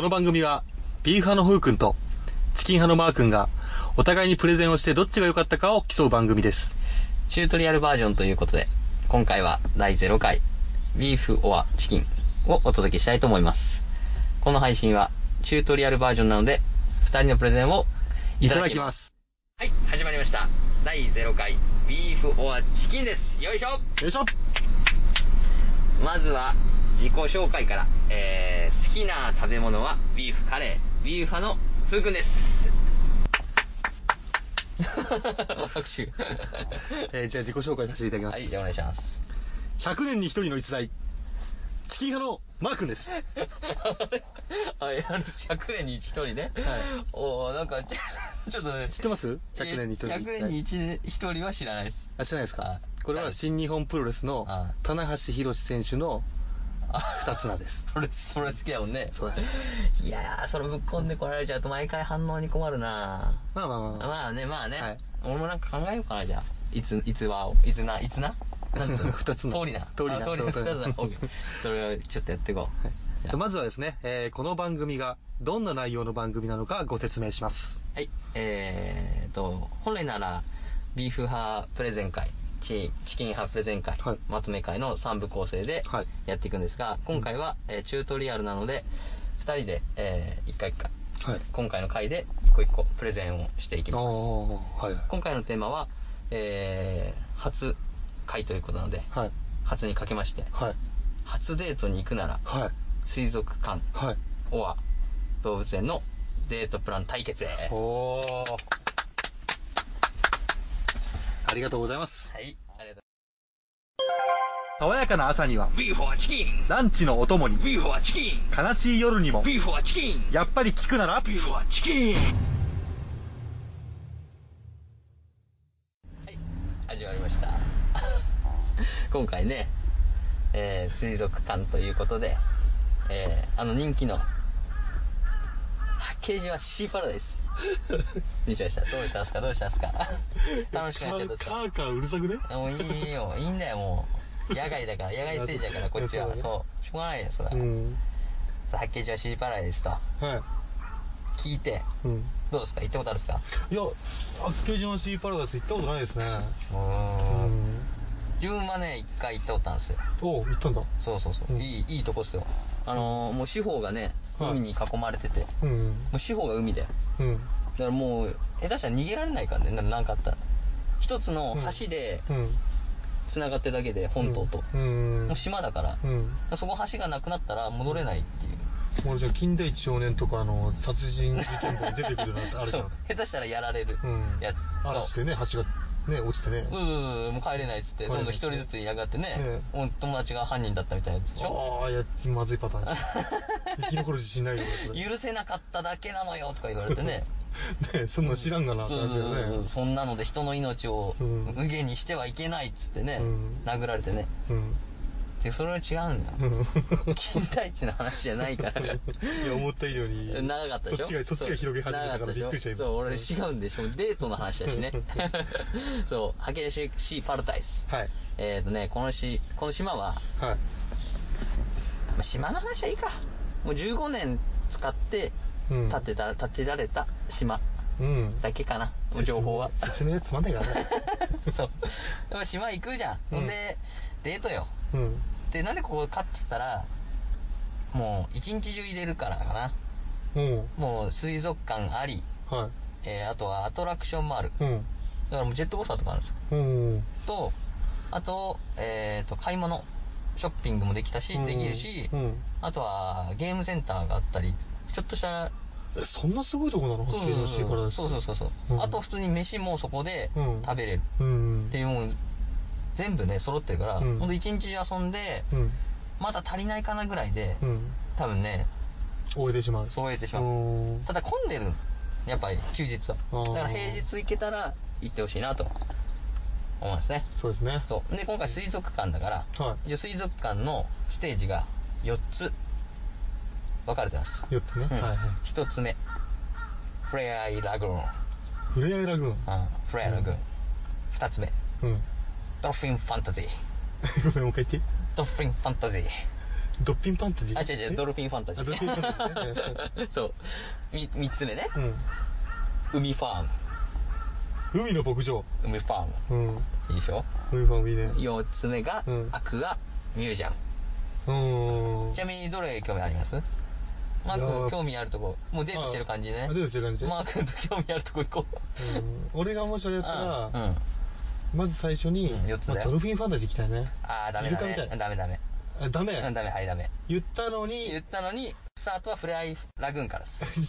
の番組はビーフ派のふうくんとチキン派のマーくんがお互いにプレゼンをしてどっちが良かったかを競う番組です。 チュートリアルバージョンということで、今回は第0回ビーフオアチキンをお届けしたいと思います。この配信はチュートリアルバージョンなので2人のプレゼンをいただきます。はい、始まりました。第0回ビーフオアチキンです。よいしょよいしょ。 まずは自己紹介から、好きな食べ物はビーフカレー、ビーフ派のふうくんです。拍手。 じゃあ自己紹介させていただきます。 はい、じゃあお願いします。 100年に一人の逸材、チキン派のマー君です。 あ、100年に一人ね。はい。おー、なんか、ちょっとね。 知ってます ?100 年に一人の逸材。 100年に一人は知らないです。 あ、知らないですか。これは新日本プロレスの棚橋宏選手の二つ名です。 それ好きだもんね。 そうです。 いやー、それぶっ込んでこられちゃうと毎回反応に困るな。 まあ。 まあね。 はい。 俺もなんか考えようかな、じゃあ。いつななんつうの二つの。 通りな。 二つだ。オッケー。それをちょっとやっていこう。はい、 まずはですね、この番組がどんな内容の番組なのかご説明します。 はい。本来なら、ビーフ派プレゼン会、チキン派プレゼン会、はい、まとめ会の3部構成でやっていくんですが、今回は、チュートリアルなので、2人で、1回1回、はい、今回の回で1個1個プレゼンをしていきます。はい、今回のテーマは、初回ということなので、はい、初にかけまして、はい、初デートに行くなら、はい、水族館、はい、オア動物園のデートプラン対決へ。 おー、ありがとうございます。 はい、ありがとう。 爽やかな朝にはビーフォアチキン、 ランチのお供にビーフォアチキン、 悲しい夜にもビーフォアチキン、 やっぱり聞くならビーフォアチキン。はい、始まりました。今回ね、水族館ということで、人気の八景島シーパラダイスにしました。どうしたんすか楽しくなっちゃったっすか。 カーカーうるさくね。 もういいよ、いいんだよ、もう野外だから、野外ステージだからこっちは。そう、しょうがないよ、それは。さあ、八景島シーパラダイスと聞いて、どうですか、行ったことあるっすか。 いや、八景島シーパラダイス行ったことないですね。 自分はね、一回行ったことあるんですよ。 おう、行ったんだ。 そう、いいとこっすよ。もう四方がね、海に囲まれてて、もう四方が海だよ。だからもう下手したら逃げられないからね、なんかあったら。一つの橋で繋がってるだけで、本島ともう島だから、そこ橋がなくなったら戻れないっていう。 もうじゃあ金田一少年とか殺人事件簿に出てくるなんてあるじゃん。 下手したらやられるやつ。 嵐でね、橋がね、落ちてね。 もう帰れないっつって、どんどん一人ずつ嫌がってね、友達が犯人だったみたいなやつでしょ。 ああ、いや、まずいパターン生き残る自信ないよ。 許せなかっただけなのよとか言われてね。 ね、そんな知らんがなって話だよね。 そんなので人の命を無限にしてはいけないっつってね、殴られてね。で、それは違うんだよ。金田一の話じゃないから。いや、 思った以上に。 長かったでしょ。 そっちが広げ始めたからびっくりしちゃいました。 そう、俺違うんでしょ。デートの話だしね。そう、八景島シーパラダイス。はい。この島は、はい。島の話はいいか。もう15年使って建てられた島。だけかな、情報は。 説明つまんないからね。 そう。でも島行くじゃん。ほんで、デートよ。で、なんでここかっつったら、もう一日中入れるからかな。もう水族館あり、はい、あとはアトラクションもある。だからもうジェットコースターとかあるんですよ。と、あと、買い物、ショッピングもできたし、できるし、あとはゲームセンターがあったり、ちょっとしたそんなすごいとこなの？八景島シーパラダイス。 そう。あと普通に飯もそこで食べれるっていう、もう全部ね揃ってるから、ほんと一日遊んで、まだ足りないかなぐらいで、多分ね終えてしまう。 ただ混んでる、やっぱり休日は。だから平日行けたら行ってほしいなと思いますね。 そうですね。 そうで、今回水族館だから、水族館のステージが4つ分かれてます。 4つね。 1つ目、フレアイラグーン。 フレアイラグーン。 フレアイラグーン。2つ目、ドルフィンファンタジー。 ごめん、もう一回言って。 ドルフィンファンタジー。 ドッピンファンタジー。 あ、違う、ドルフィンファンタジー。 ドルフィンファンタジーね。 そう。3つ目ね。海ファーム。 海の牧場。 海ファーム。いいでしょ。 海ファームいいね。 4つ目が、アクアミュージアム。ちなみにどれ興味あります？マー君興味あるとこ、もうデートしてる感じね。 デートしてる感じ。 マー君と興味あるとこ行こう。 俺がもしあれやったら、まず最初に、ドルフィンファンタジー行きたいね。 ああ、ダメだね。ダメ。 ダメ？ ダメ、はい、ダメ。 言ったのに、 スタートはフレアイラグーンからです。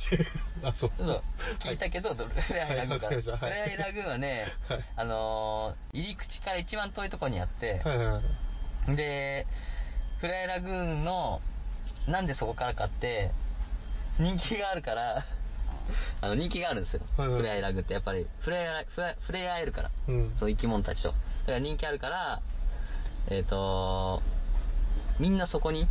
あ、そう。 聞いたけど、フレアイラグーンから。フレアイラグーンはね、入り口から一番遠いところにあって、で、フレアイラグーンの、なんでそこからかって、人気があるから、人気があるんですよ。フレアイラグーンってやっぱり、触れ合えるから、その生き物たちと。だから人気あるから、みんなそこに、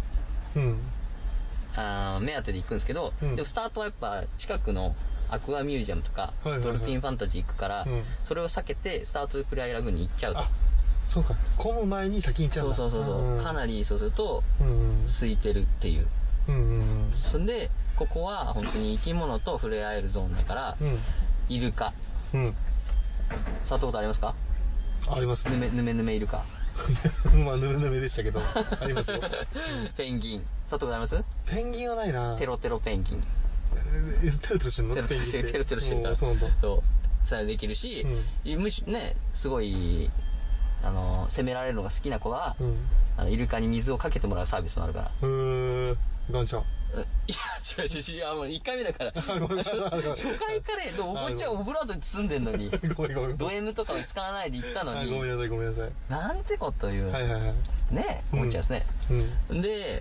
目当てで行くんですけど、でもスタートはやっぱ近くのアクアミュージアムとか、ドルフィンファンタジー行くから、それを避けてスタートでフレアイラグーンに行っちゃうと。 そうか、混む前に先に行っちゃうんだ。 そう。かなりそうすると、空いてるっていう。そんで、ここは本当に生き物と触れ合えるゾーンだから、イルカ。触ったことありますか？ ありますね。 ぬめイルカ。 まあ、ぬめでしたけど、ありますよ。 ペンギン。触ったことあります？ ペンギンはないな。 テロテロペンギン。 テロテロしてるの？ テロテロしてるから。そう。それできるし、むしね、すごい、攻められるのが好きな子は、イルカに水をかけてもらうサービスもあるから。 感謝。 いや、違う、1回目だから。初回カレー、お坊ちゃんオブラートに包んでんのに、ド M とかを使わないで行ったのに、 ごめんなさい。 なんてこと言う。ね、思っちゃうんですね。で、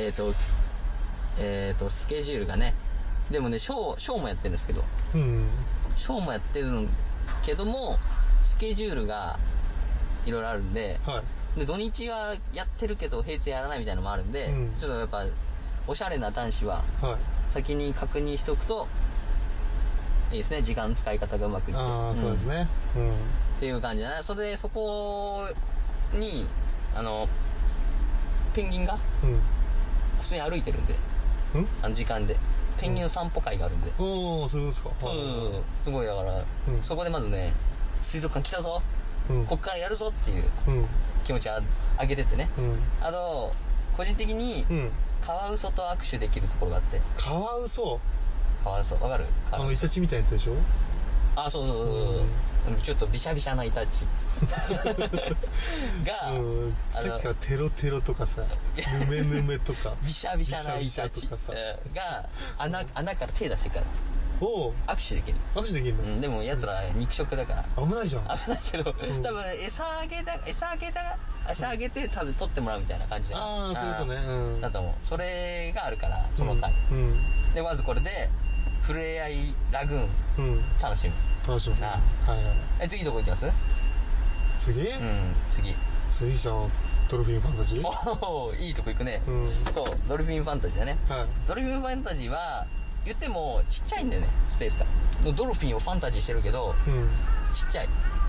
スケジュールがね、でもね、ショーもやってるんですけど、ショーもやってるのけども、スケジュールがいろいろあるんで、で、土日はやってるけど平日やらないみたいなのもあるんで、ちょっとやっぱ、おしゃれな男子は、先に確認しておくと、いいですね、時間使い方がうまくいって。 そうですね。 っていう感じだね。それで、そこに、ペンギンが、普通に歩いてるんで、時間で。ペンギンの散歩会があるんで。 そういうことですか。 すごい、だから、そこでまずね、水族館来たぞ、こっからやるぞっていう気持ちを上げてってね。あと、個人的に、カワウソと握手できるところがあって。 カワウソわかる？ イタチみたいなやつでしょ？ あ、そう。ちょっとビシャビシャなイタチが、 さっきからテロテロとかさ、ヌメとか、 ビシャビシャなイタチが穴から手出してから握手できる。 握手できるの？ でも奴ら肉食だから危ないじゃん。 危ないけど、多分餌あげて多分取ってもらうみたいな感じで。 そういうことね。 だと思う。それがあるからその回で、まずこれでふれあいラグーン楽しむ。次どこ行きます？ 次じゃあドルフィンファンタジー。 いいとこ行くね。そう、ドルフィンファンタジーだね。ドルフィンファンタジーは言ってもちっちゃいんだよね、スペースが。ドルフィンをファンタジーしてるけど、ちっちゃい。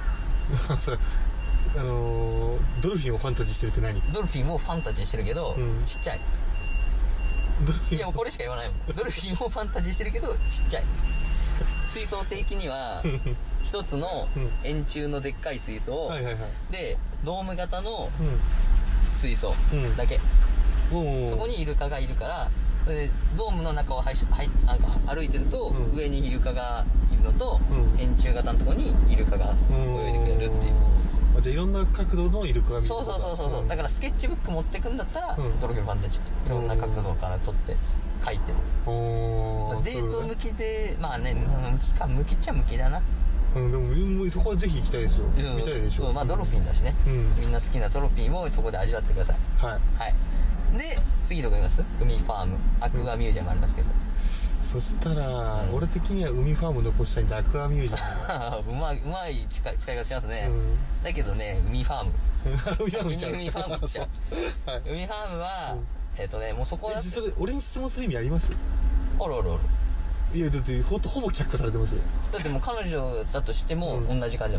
ドルフィンをファンタジーしてるって何？ ドルフィンをファンタジーしてるけど、ちっちゃい。いや、もうこれしか言わないもん。ドルフィンをファンタジーしてるけどちっちゃい。水槽的には一つの円柱のでっかい水槽で、ドーム型の水槽だけ。そこにイルカがいるから、ドームの中を歩いてると、上にイルカがいるのと、円柱型のところにイルカが泳いでくれるっていう。 じゃあいろんな角度のイルカが見る。 そう。だからスケッチブック持ってくんだったら、ドルフィンファンタジー。いろんな角度から撮って書いて。デート向きで、まあね、向きっちゃ向きだな。 でもそこはぜひ行きたいですよ。見たいでしょ。 まあドルフィンだしね。みんな好きなドルフィンをそこで味わってください。はい。で、次どこ行きます？海ファーム、アクアミュージアムありますけど。 そしたら、俺的には海ファーム残したいんでアクアミュージアム。 うまい使い方しますね。だけどね、海ファーム。海ファームちゃう。海ファームは、もうそこは。 それ、俺に質問する意味あります？ ある。 いや、だってほぼ却下されてますよ。 だってもう彼女だとしても同じ感じだもん。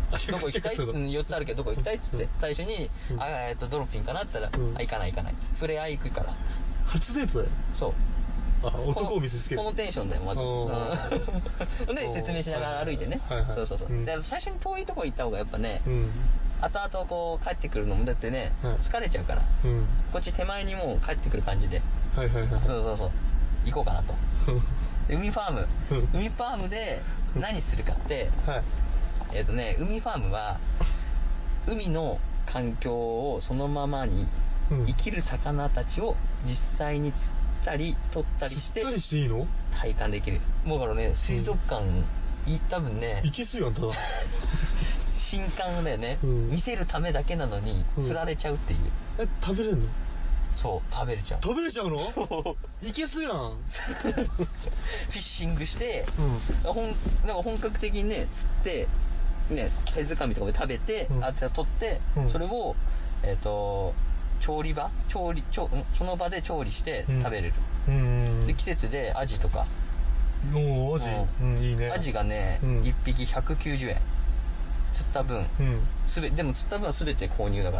どこ行きたい？4つあるけどどこ行きたいっつって、最初に、ドルフィンかなって言ったら、行かないっつって。フレア行くから。 初デートだよ。 そう。 男を見せつける。 このテンションだよ、まず。で、説明しながら歩いてね。そうそうそう。最初に遠いとこ行った方がやっぱね、後々こう帰ってくるのもだってね、疲れちゃうから、こっち手前にもう帰ってくる感じで、そうそうそう、行こうかなと。海ファームで何するかって、海ファームは海の環境をそのままに生きる魚たちを実際に釣ったり取ったりしていいの？ 体感できる。もうからね、水族館、多分ね、 いけすよあんた。 新刊だよね、見せるためだけなのに釣られちゃうっていう。 食べれるの？ そう、食べれちゃうの？ いけすやん。 フィッシングして、なんか本格的にね釣ってね、手づかみとかで食べて、取って、それを調理場その場で調理して食べれる。で季節でアジとか、 アジ、いいね。 アジがね、1匹190円。釣った分、でも釣った分は全て購入だから、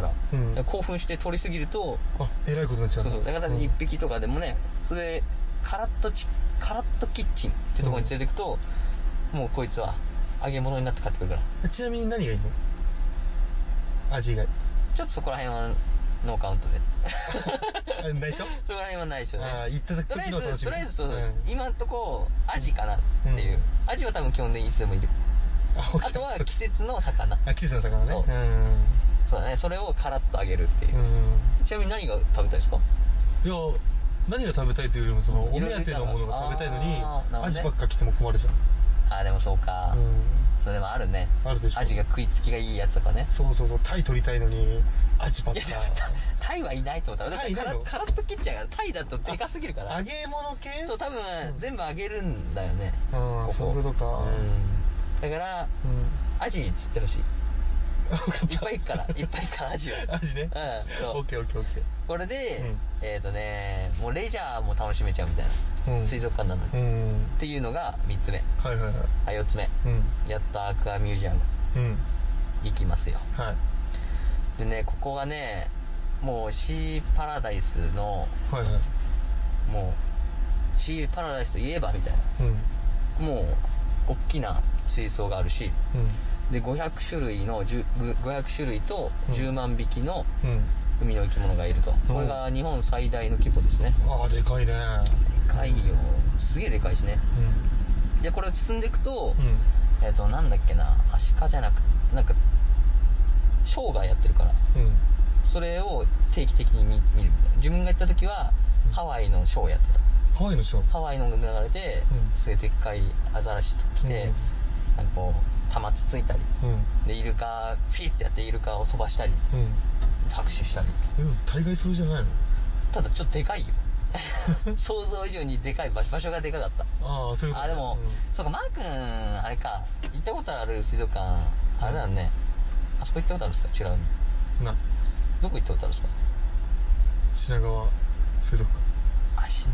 興奮して取りすぎるとえらいことになっちゃう。 そうだから1匹とかでもね、それカラッとキッチンってところに連れてくと、もうこいつは揚げ物になって帰ってくるから。 ちなみに何がいいの？アジ以外ちょっとそこら辺はノーカウントで。 内緒？ そこら辺は内緒ね。 いただく時の楽しみ。 とりあえず今んとこアジかなっていう。アジは多分基本的にいつでもいる。あとは季節の魚。 季節の魚ね。 そうだね。それをカラッと揚げるっていう。ちなみに何が食べたいですか？ いや、何が食べたいというよりもお目当てのものが食べたいのに、アジばっか来ても困るじゃん。 でもそうか。それもあるね。 あるでしょ。 アジが食いつきがいいやつとかね。 そう、タイ取りたいのにアジばっか。 タイはいないと思った。タイカラッと切っちゃうから、タイだとでかすぎるから。 揚げ物系？ そう、多分全部揚げるんだよね。 そういうことか。 だから、アジ釣ってほしい。いっぱいいくからアジを。 アジね。オッケー。 これで、もうレジャーも楽しめちゃうみたいな。水族館なのに。っていうのが3つ目。4つ目。やっとアクアミュージアム。行きますよ。でね、ここがね、もうシーパラダイスの、もう、シーパラダイスといえばみたいな。もう、大きな水槽があるし、で500種類と10万匹の海の生き物がいると。これが日本最大の規模ですね。 でかいね。 でかいよ。すげえでかいしね。でこれを進んでいくと、なんだっけな、アシカじゃなくなんかショーがやってるから、それを定期的に見るみたいな。自分が行った時はハワイのショーやってた。ハワイの流れで、すげえでっかいアザラシと来て、なんかこう玉つついたり、でイルカフィッてやってイルカを飛ばしたり、拍手したり。 大概それじゃないの？ ただちょっとでかいよ。想像以上にでかい場所がでかかった。 そういうこと。 でも、そうか、マー君あれか、行ったことある水族館あれだね。あそこ行ったことあるんですか？美ら海。どこ行ったことあるんですか？ 品川水族館。 品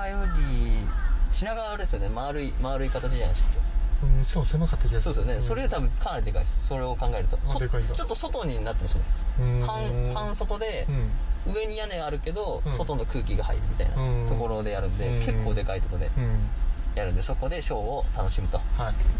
川あれですよね。丸い形じゃないですか。 しかも狭かった気がする。 そうですよね。それ多分かなりでかいです。それを考えると。 でかいんだ。 ちょっと外になってますね。半外で、上に屋根があるけど、外の空気が入るみたいなところでやるんで、結構でかいところでやるんで、そこでショーを楽しむと。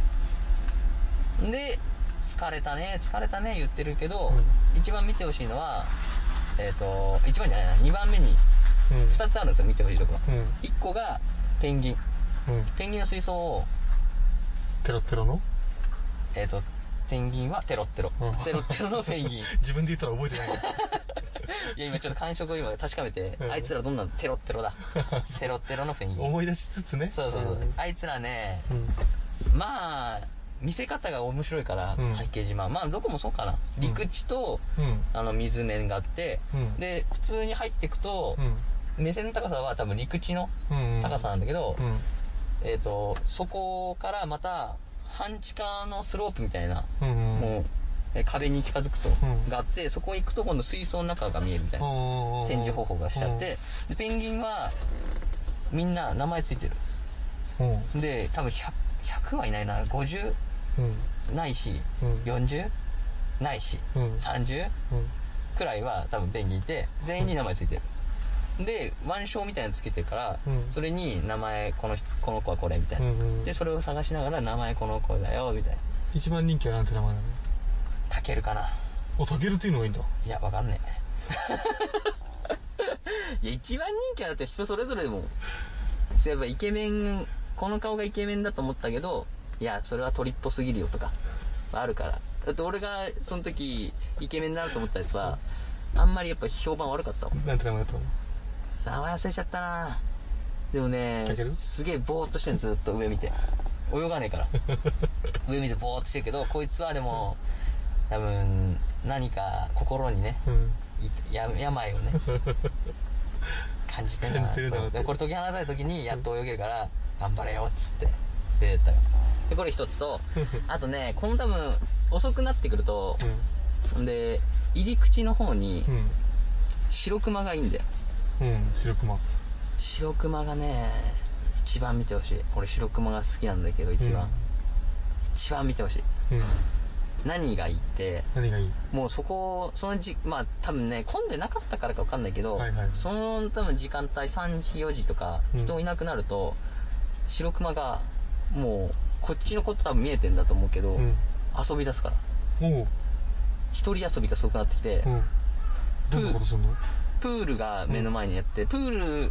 で、疲れたね言ってるけど、一番見てほしいのは、一番じゃないな、2番目に2つあるんですよ、見てほしいところ。1個がペンギン。ペンギンの水槽をテロッテロのペンギンはテロッテロ。テロッテロのペンギン。 自分で言ったら覚えてない。 いや、今ちょっと感触を今確かめて、あいつらどんなのテロッテロだ。テロッテロのペンギン。 思い出しつつね。 そう。あいつらね、まあ、見せ方が面白いから、八景島。まあ、どこもそうかな。陸地と、水面があって、で、普通に入っていくと、目線の高さは多分陸地の高さなんだけど、そこからまた半地下のスロープみたいな、もう壁に近づくと、があって、そこ行くと今度水槽の中が見えるみたいな展示方法がしちゃって、でペンギンはみんな名前ついてる。で多分100はいないな、50 ないし、 うん、 40ないし、 うん、 30、くらいは多分ペンギンいて、全員に名前ついてる。で、腕章みたいなのつけてるから、それに名前、この子はこれみたいな、で、それを探しながら名前この子だよみたいな。 一番人気はなんて名前なの？ タケルかな。 タケルっていうのがいいんだ。 いや、わかんねえ。いや、一番人気はだって人それぞれでも、そういえばイケメン、この顔がイケメンだと思ったけど、いや、それは鳥っぽすぎるよとか、あるから。だって俺がその時イケメンになると思ったやつは、あんまりやっぱ評判悪かったもん。 なんて名前だったの？ 名前忘れちゃったな。でもね、すげえボーっとしてん、ずっと上見て。泳がねえから。上見てボーっとしてるけど、こいつはでも、多分、何か心にね、病をね、感じてんだな。これ解き放たれた時にやっと泳げるから、頑張れよっつって出てったよ。で、これ一つと、あとね、この多分、遅くなってくると、で、入り口の方に、白熊がいいんだよ。白熊。白熊がね、一番見てほしい。俺白熊が好きなんだけど、一番見てほしい。何がいいって、もうそまあ多分ね、混んでなかったからか分かんないけど、その多分時間帯3時4時とか人いなくなると、白熊がもうこっちのこと多分見えてんだと思うけど、遊び出すから。一人遊びがすごくなってきて、 どんなことするの？ プールが目の前にやって、プール、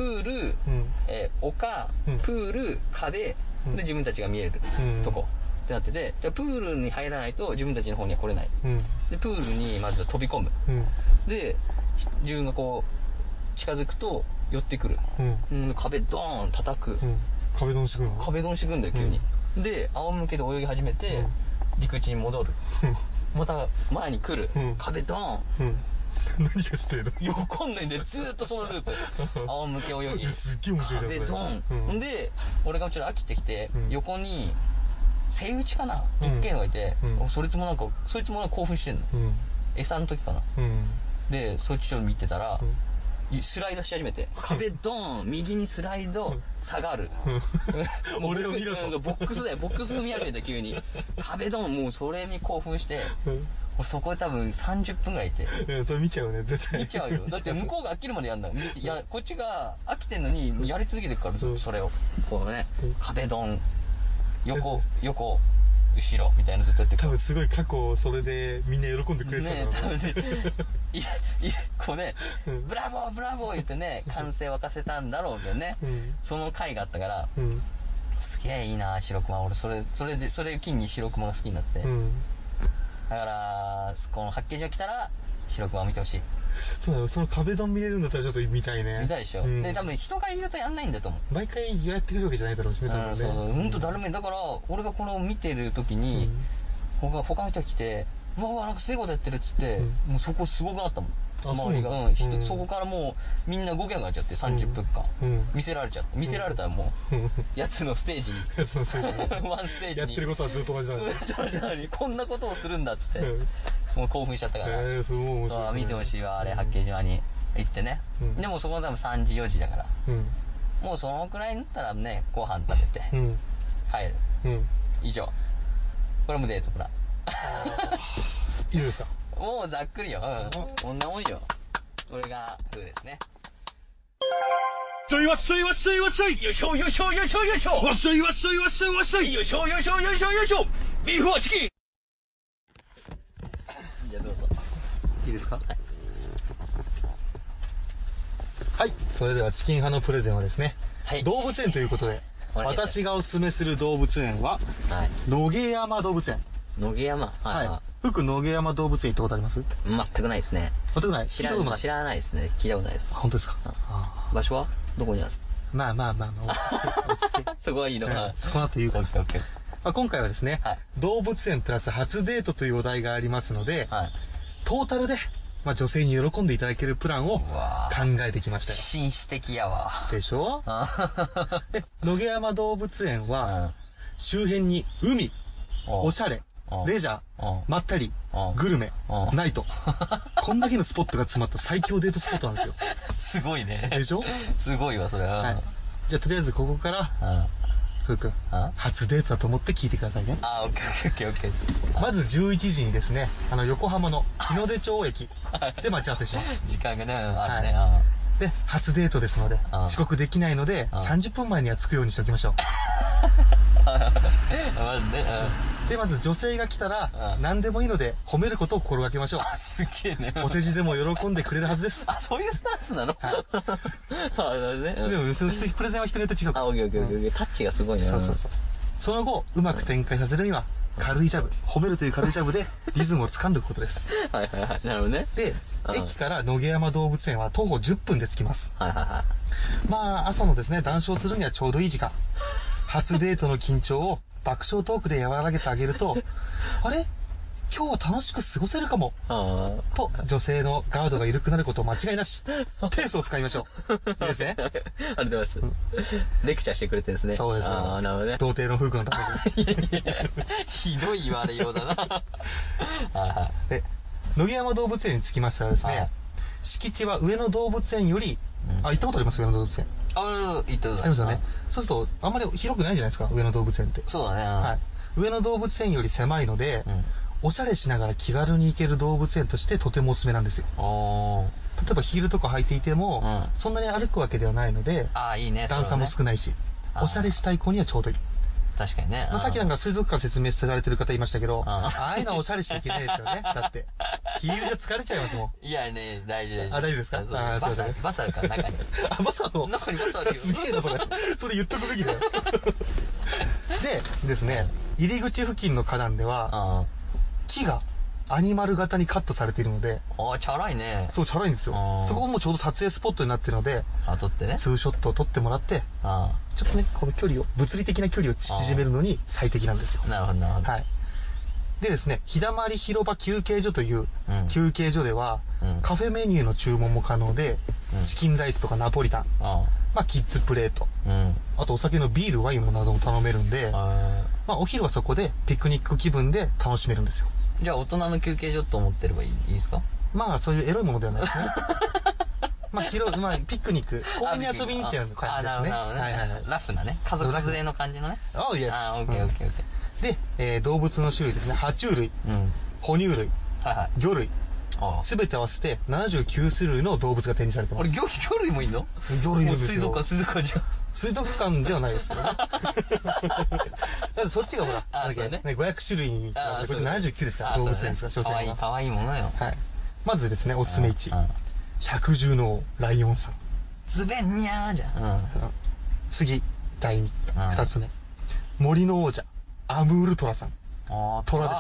丘、プール、壁で自分たちが見えるとこ。ってなってて、プールに入らないと自分たちの方には来れない、でプールにまず飛び込む、で自分がこう近づくと寄ってくる、壁ドーン叩く、壁ドンしてくるの？壁ドンしてくるんだよ急に、で仰向けで泳ぎ始めて、陸地に戻る、また前に来る、壁ドーン、何がしてるの？わかんないんで、ずーっとそのループ。仰向け泳ぎ。すっげえ面白いじゃん。壁ドーン。で、俺がちょっと飽きてきて、横に、セイウチかな、でっけえのがいて、そいつもなんか興奮してんの、餌の時かな、でそいつちょっと見てたら、スライドし始めて、壁ドーン、右にスライド、下がる、俺を見ろと、ボックスだよ、ボックス見上げて急に壁ドーン、もうそれに興奮して、俺そこで多分30分ぐらいいて、それ見ちゃうね、絶対見ちゃうよ。だって向こうが飽きるまでやんだ。いや、こっちが飽きてんのにやり続けてるから、それをこのね、壁ドン横後ろみたいなずっとやってる。多分すごい過去それでみんな喜んでくれてたね。多分ねこうね、ブラボーブラボー言ってね、歓声沸かせたんだろうけどね、その回があったから、すげえいいな白熊。俺それを機に白熊が好きになって、だからこの八景島来たら白熊を見てほしい。そうだよ、その壁ドン見れるんだったらちょっと見たいね。見たいでしょ、で多分人がいるとやんないんだと思う。毎回やってくるわけじゃないだろうしね、多分ね。そうそう、ほんと誰も。だから俺がこの見てる時に、他の人が来て、うわなんかすごいことやってるっつって、もうそこすごくなったもん、周りが。そこからもうみんな動けなくなっちゃって、30分間見せられたらもうやつのステージにワンステージにやってることはずっと同じなのにこんなことをするんだっつって、もう興奮しちゃったから、すごい面白い、見てほしいわあれ、八景島に行ってね。でもそこは多分3時4時だから、もうそのくらいになったらね、ご飯食べて帰る、以上。これもデートプラン。いいですか？もうざっくりよ、こんなもんよ。これが風ですね。わっしょいわっしょいわっしょい、よいしょよいしょよいしょよいしょ、わっしょいわっしょいわっしょいわっしょい、よいしょよいしょよいしょよいしょ、ビーフはチキン。じゃあどうぞ。いいですか？はい、それではチキン派のプレゼンはですね、動物園ということで、私がおすすめする動物園は野毛山動物園。野毛山、はい。福野毛山動物園行ったことあります？全くないですね。全くない？知らないですね。聞いたことないです。本当ですか？場所はどこにあるんですか？まあ落ち着けそこはいいのか。そこだというか。今回はですね、動物園プラス初デートというお題がありますので、トータルで女性に喜んでいただけるプランを考えてきましたよ。紳士的やわ。でしょ？野毛山動物園は周辺に海、おしゃれ、レジャー、まったり、グルメ、ナイト、こんだけのスポットが詰まった最強デートスポットなんですよ。すごいね。でしょ？すごいわそれは。じゃあとりあえずここからふうくん。初デートだと思って聞いてくださいね。 オッケーオッケー。 まず11時にですね、横浜の日の出町駅で待ち合わせします。 時間がね、あるね。 で、初デートですので、遅刻できないので、30分前には着くようにしておきましょう。 まずね、 で、まず女性が来たら、何でもいいので褒めることを心がけましょう。 すげえね。 お世辞でも喜んでくれるはずです。 そういうスタンスなの？ でも、そのプレゼンは人によって違うから。 オッケー。タッチがすごいね。 そう。その後、うまく展開させるには、軽いジャブ、褒めるという軽いジャブでリズムを掴んでいくことです。 なるほどね。 で、駅から野毛山動物園は徒歩10分で着きます。まあ、朝のですね、談笑するにはちょうどいい時間。初デートの緊張を爆笑トークで和らげてあげると、あれ今日は楽しく過ごせるかも。と、女性のガードが緩くなること間違いなし。ペースを使いましょう。いいですね。 ありがとうございます。レクチャーしてくれてですね。 そうです。 なるほどね。 童貞の夫婦のために。 ひどい言われようだな。 で、野毛山動物園に着きましたらですね、敷地は上野動物園より、行ったことあります上野動物園。 行ったことありますよね。そうすると、あんまり広くないじゃないですか、上野動物園って。 そうだね。 上野動物園より狭いので、おしゃれしながら気軽に行ける動物園としてとてもおすすめなんですよ。例えばヒールとか履いていても、そんなに歩くわけではないので、 いいね。 段差も少ないし、おしゃれしたい子にはちょうどいい。 確かにね。 さっきなんか水族館説明されてる方いましたけど、ああいうのはおしゃれしちゃいけないですよね。だって。ヒールじゃ疲れちゃいますもん。 いやね、大丈夫。 大丈夫ですか？ バスあるから中に。 バスあるの？ 中にバスあるよ。 すげえな、それ。それ言っとくべきだよ。でですね、入り口付近の花壇では、木がアニマル型にカットされているので、 チャラいね。 そう、チャラいんですよ。そこもちょうど撮影スポットになってるので、 撮ってね。 ツーショットを撮ってもらって、ちょっとね、この距離を、物理的な距離を縮めるのに最適なんですよ。 なるほど。はい。 でですね、日だまり広場休憩所という休憩所では、カフェメニューの注文も可能で、チキンライスとかナポリタン、キッズプレート、あとお酒のビール、ワインもなども頼めるんで、お昼はそこでピクニック気分で楽しめるんですよ。 じゃあ大人の休憩所と思ってればいいですか？ そういうエロいものではないですね。ピクニック、公園に遊びに行ってる感じですね。 ラフなね。家族連れの感じのね。 オッケー。 で、動物の種類ですね。爬虫類、哺乳類、魚類、すべて合わせて79種類の動物が展示されてます。 魚類もいいの？ 魚類いるんですよ。 水族館じゃん。 水族館ではないですけどね。だってそっちがほら、500種類に、こっち79ですから、動物園ですから、所詮は。 かわいいものよ。 まずですね、おすすめ1。百獣の王、ライオンさん。 ズベンニャーじゃん。 次、第2つ目。森の王者、アムールトラさん。トラです。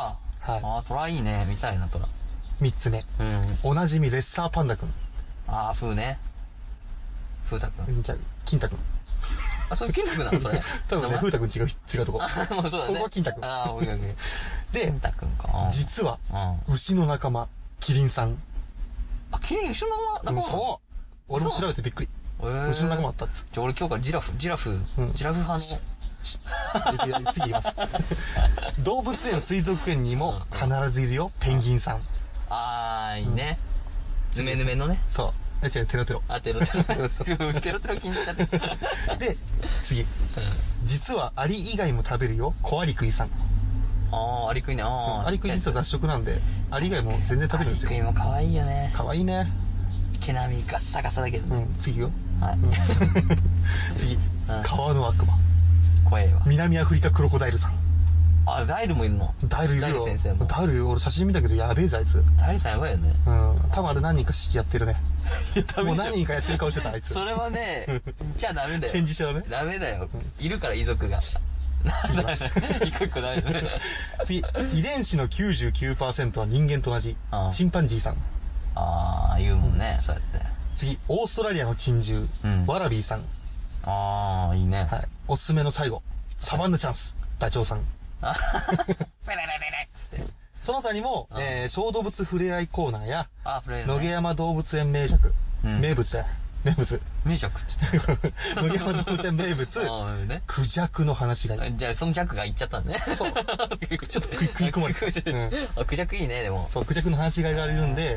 トラいいね。見たいな、トラ。 3つ目。おなじみレッサーパンダくん。 フーね。フータくん。 じゃあ、金太くん。 それ金太くんなのそれ？ 多分ね、フータくん違うとこ。 もうそうだね。 ここは金太くん。で、 金太くんか。 実は、牛の仲間、キリンさん。 キリン牛の仲間？ そう。俺も調べてびっくり。牛の仲間あったっつ。 じゃあ俺今日からジラフ派の。 次言います。動物園、水族園にも必ずいるよ、ペンギンさん。 いいね。ぬめぬめのね。 そう。違う、テロテロ。 テロテロ気にしちゃって。 で、次。実はアリ以外も食べるよ、コアリクイさん。 アリクイね。 アリクイ実は雑食なんで、アリ以外も全然食べるんですよ。 アリクイも可愛いよね。 可愛いね。 毛並みガッサガサだけどね。 次よ。次。 うん川の悪魔。 怖いわ。 南アフリカクロコダイルさん。 あ、ダイルもいるの？ ダイルいるよ。 ダイル先生も。 ダイル、俺写真見たけどやべえぞあいつ。 ダイルさんやばいよね。 うん。多分あれ何人かやってるね。もう何人かやってる顔してたあいつ。 それはね、じゃあダメだよ。 展示しちゃダメ？ ダメだよ。いるから遺族が。一個一個ダメだね。 次、遺伝子の 99% は人間と同じ。チンパンジーさん。 ああ、言うもんね、そうやって。 次、オーストラリアの珍獣、ワラビーさん。 ああ、いいね。 はい。おすすめの最後、サバンナチャンス、ダチョウさん。 ペレレレレつって。 その他にも、小動物ふれあいコーナーや、野毛ね、 山動物園名物、名物だよ。名物。 名尺って野毛山動物園名物、 ね、 クジャクの話がいい。 じゃあそのジャックが言っちゃったんね。 そう。ちょっと食い込まれて。 クジャクいいね、でも。 そう、クジャクの話がいられるんで、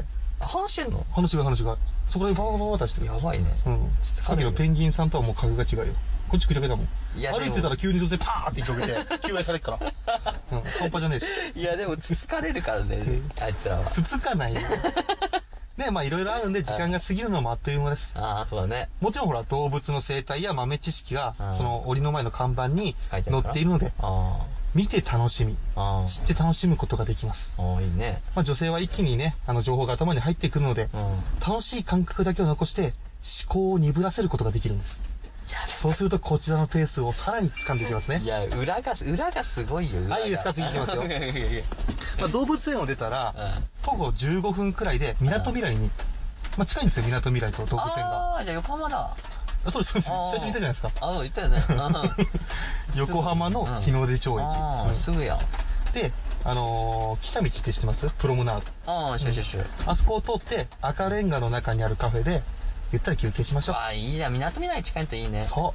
話してんの？ 話が。そこでババババ出してる。 やばいね。 さっきのペンギンさんとはもう格が違うよ。こっちくちゃけだもん。歩いてたら急に女性パーって広げて、救援されっから。半端じゃねえし。 いや、でもつつかれるからね、あいつらは。 つつかないよ。ね、まあいろいろあるんで、時間が過ぎるのもあっという間です。 ああ、そうだね。 もちろんほら、動物の生態や豆知識が、その檻の前の看板に載っているので、見て楽しみ、知って楽しむことができます。 いいね。 まあ女性は一気にね、情報が頭に入ってくるので、楽しい感覚だけを残して、思考を鈍らせることができるんです。そうするとこちらのペースをさらに掴んでいきますね。 いや、裏がすごいよ。 はい、いいですか、次行きますよ。まあ、動物園を出たら、徒歩15分くらいで、みなとみらいに、まあ、近いんですよ、みなとみらいと動物園が。 ああ、じゃあ横浜だ。 そうです、最初に言ったじゃないですか。 言ったよね。 横浜の日の出町駅。 すぐや。 で、汽車道って知ってます？プロムナード。 知る。 あそこを通って、赤レンガの中にあるカフェで、ゆったり休憩しましょう。 いいじゃん。港未来近いといいね。 そう。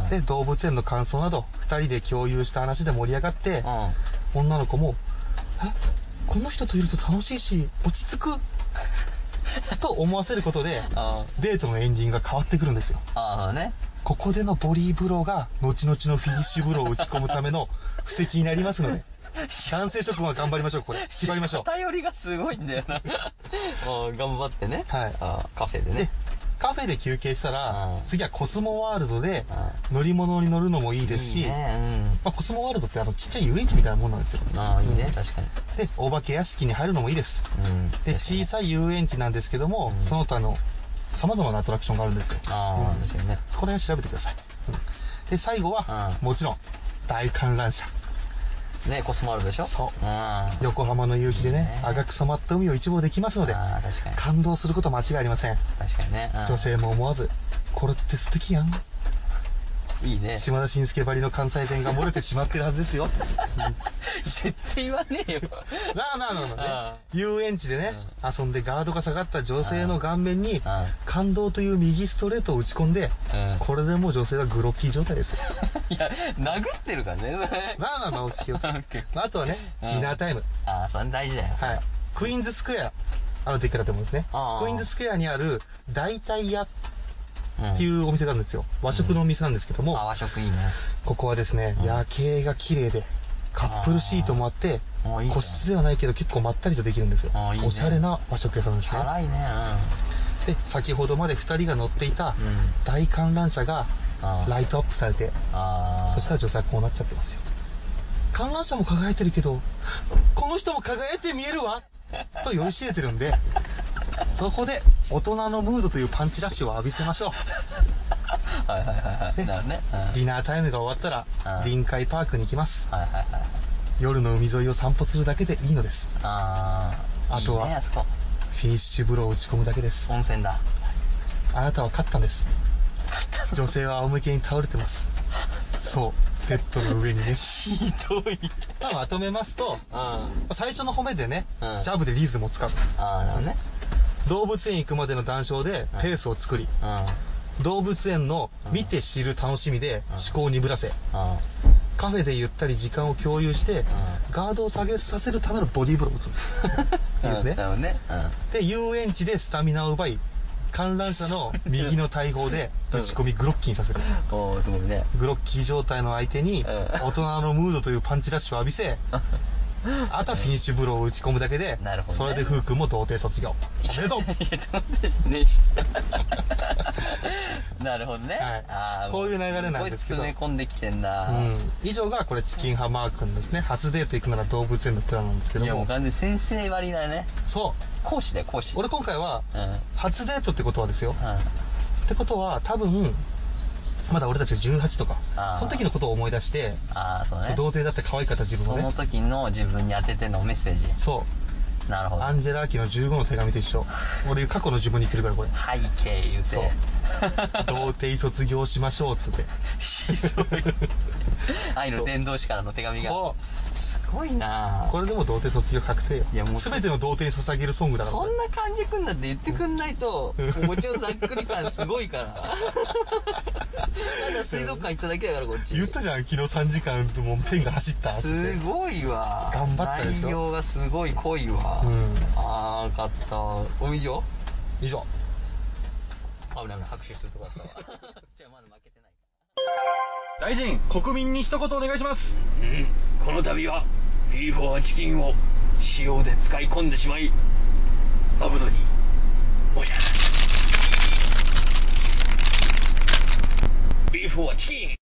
で、動物園の感想など、二人で共有した話で盛り上がって、女の子も、この人といると楽しいし、落ち着くと思わせることで、デートのエンディングが変わってくるんですよ。 ね。 ここでのボディーブローが、後々のフィニッシュブローを打ち込むための布石になりますので、男性諸君は頑張りましょう、これ。決まりましょう。 頼りがすごいんだよな。頑張ってね。はい。カフェでね。 カフェで休憩したら、次はコスモワールドで乗り物に乗るのもいいですし、まあ、コスモワールドってちっちゃい遊園地みたいなもんなんですよ。 いいね、確かに。 で、お化け屋敷に入るのもいいです。で、小さい遊園地なんですけども、その他の様々なアトラクションがあるんですよ。 確かにね。 そこら辺調べてください。で、最後は、もちろん、大観覧車。 ね、コスモワールドでしょ？ そう。横浜の夕日でね、赤く染まった海を一望できますので、感動すること間違いありません。 確かにね。 女性も思わず、これって素敵やん。 いいね。 島田紳介ばりの関西弁が漏れてしまってるはずですよ。 絶対言わねえよ。 まあね。遊園地でね、遊んでガードが下がった女性の顔面に、感動という右ストレートを打ち込んで、これでもう女性はグロッキー状態ですよ。 いや、殴ってるからね、それ。 まあ、お付き合い。あとはね、ディナータイム。 それ大事だよ。 はい。クイーンズスクエア。でっかい建物ですね。クイーンズスクエアにある、代替屋っていうお店があるんですよ。和食のお店なんですけども。 和食いいね。 ここはですね、夜景が綺麗で、カップルシートもあって、個室ではないけど結構まったりとできるんですよ。おしゃれな和食屋さんですね。 辛いね。 で、先ほどまで2人が乗っていた大観覧車がライトアップされて、そしたら女性はこうなっちゃってますよ。観覧車も輝いてるけど、この人も輝いて見えるわと酔いしれてるんで、そこで大人のムードというパンチラッシュを浴びせましょう。 なるね。 ディナータイムが終わったら臨海パークに行きます。夜の海沿いを散歩するだけでいいのです。あとはフィニッシュブローを打ち込むだけです。 温泉だ。 あなたは勝ったんです。女性は仰向けに倒れてます。そう、ベッドの上にね。 ひどい。 まとめますと、最初の褒めでね、ジャブでリズムを使う。 なるほどね。 動物園行くまでの談笑でペースを作り、動物園の見て知る楽しみで思考を鈍らせ、カフェでゆったり時間を共有して、ガードを下げさせるためのボディーブローを打つんです。いいですね。 なるほどね。 で、遊園地でスタミナを奪い、観覧車の右の大砲で打ち込みグロッキーにさせる。 すごいね。 グロッキー状態の相手に、大人のムードというパンチラッシュを浴びせ、あとはフィニッシュブローを打ち込むだけで、それでフー君も童貞卒業。おめでとう。 なるほどね。 こういう流れなんですけど。 詰め込んできてんな。 以上がこれチキンハマー君ですね。初デート行くなら動物園のプランなんですけども。 いやもう完全に先生割りだね。 そう。 講師だよ、講師。 俺今回は、初デートってことはですよ。ってことは多分、まだ俺たちが18とか、その時のことを思い出して、 そうね。 童貞だって可愛かった自分をね。 その時の自分に当ててのメッセージ。 そう。なるほど。アンジェラ・アキの15の手紙と一緒。俺過去の自分に言ってるからこれ。 背景言うて。そう。 童貞卒業しましょうっつって。 愛の伝道師からの手紙が。 そう。 ごいなこれでも童貞卒業確定よ。 いやもう全ての童貞に捧げるソングだから。 そんな感じくんだって言ってくんないと、もちろんざっくり感すごいから。ただ水族館行っただけだからこっち。 言ったじゃん、昨日3時間もうペンが走ったって。 すごいわ。 頑張ったでしょ。 内容がすごい濃いわ。あー、よかった。お以上以上。 危ない拍手するとこだったわ。じゃあまだ負けてない。 大臣、国民に一言お願いします。この度はビーフォアチキンを塩で使い込んでしまい誠に申し訳ない。ビーフォアチキン。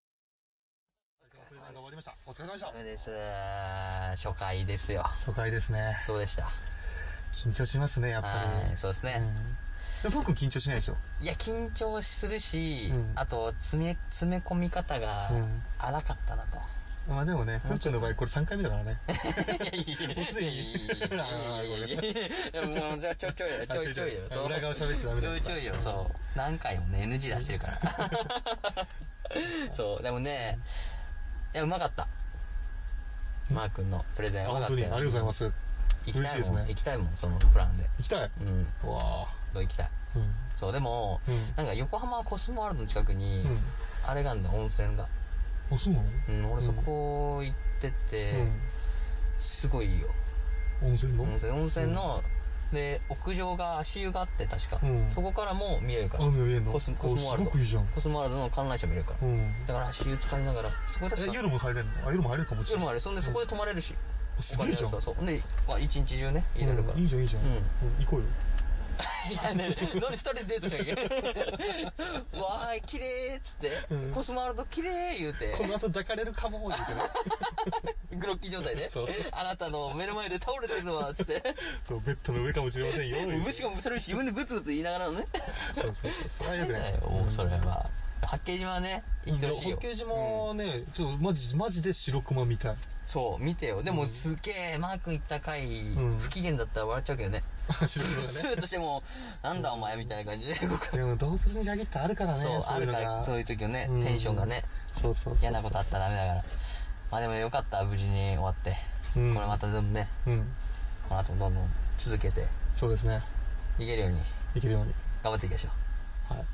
終わりました。お疲れ様でした。 そうです。初回ですよ。 初回ですね。 どうでした？ 緊張しますね、やっぱり。 そうですね。 でも、僕緊張しないでしょ？ いや、緊張するし、あと、詰め込み方が荒かったなと。 まあでもね、ふうくんの場合、これ3回目だからね。 いや、 もうすでに。 もう、じゃあちょいちょいよ。 裏側喋っちゃダメだよ。 ちょいよ、そう。何回もね、NG 出してるから。そう、でもね、いや、うまかった。マー君のプレゼンうまかったよ。 本当に、ありがとうございます。 行きたいもん、そのプランで。 行きたい？うわぁ。行きたい。そう、でも、なんか横浜コスモワールドの近くに、あれがあるんだよ、温泉が。 あ、そうなの？ 俺そこ行ってて、すごいいいよ。 温泉の？ 温泉の、で、屋上が足湯があって、確か。そこからも見えるから。 見えるの？ コスモワールド。 すごくいいじゃん。 コスモワールドの観覧車見れるから。だから足湯浸かりながら、そこで夜も入れるの？夜も入れるかもしれない。 夜も入れる。そんでそこで泊まれるし。 すげえじゃん。 そう。で、一日中ね、入れるから。 いいじゃん。行こうよ。 いやね、何二人でデートしなきゃいけないわーい、綺麗っつって、コスモワールド綺麗言うて。 この後抱かれるかも言うてね。 グロッキー状態で。あなたの目の前で倒れてるのは、つって。 そう、ベッドの上かもしれませんよ。 しかもそれ自分でブツブツ言いながらのね。 そう。それはよくない。 もうそれは。八景島はね、行ってほしいよ。 八景島はね、マジで白熊みたい。 そう、見てよ。でもすげえ、マー君行った回、不機嫌だったら笑っちゃうけどね。 白熊ね。 スーとしても、なんだお前みたいな感じで。 でも動物に限ってあるからね。 そう、あるから、そういう時のね、テンションがね。 そう。 嫌なことあったらダメだから。まあでもよかった、無事に終わって。これまたでもね、この後もどんどん続けて。 そうですね。 いけるように。頑張っていきましょう。はい。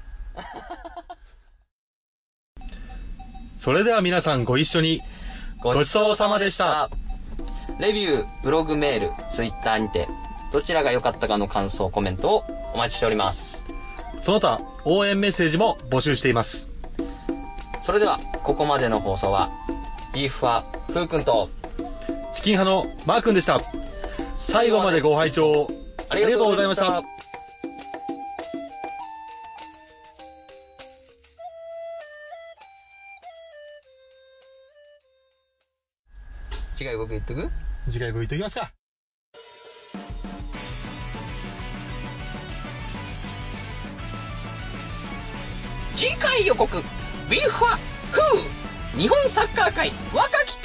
それでは皆さんご一緒に。ごちそうさまでした。 レビュー、ブログメール、ツイッターにて、どちらが良かったかの感想、コメントをお待ちしております。 その他、応援メッセージも募集しています。 それでは、ここまでの放送は、ビーフはふうくんと、 チキン派のマーくんでした。最後までご拝聴ありがとうございました。 次回僕言っとく？ 次回僕言っときますか。 次回予告、ビーフはフー日本サッカー界若き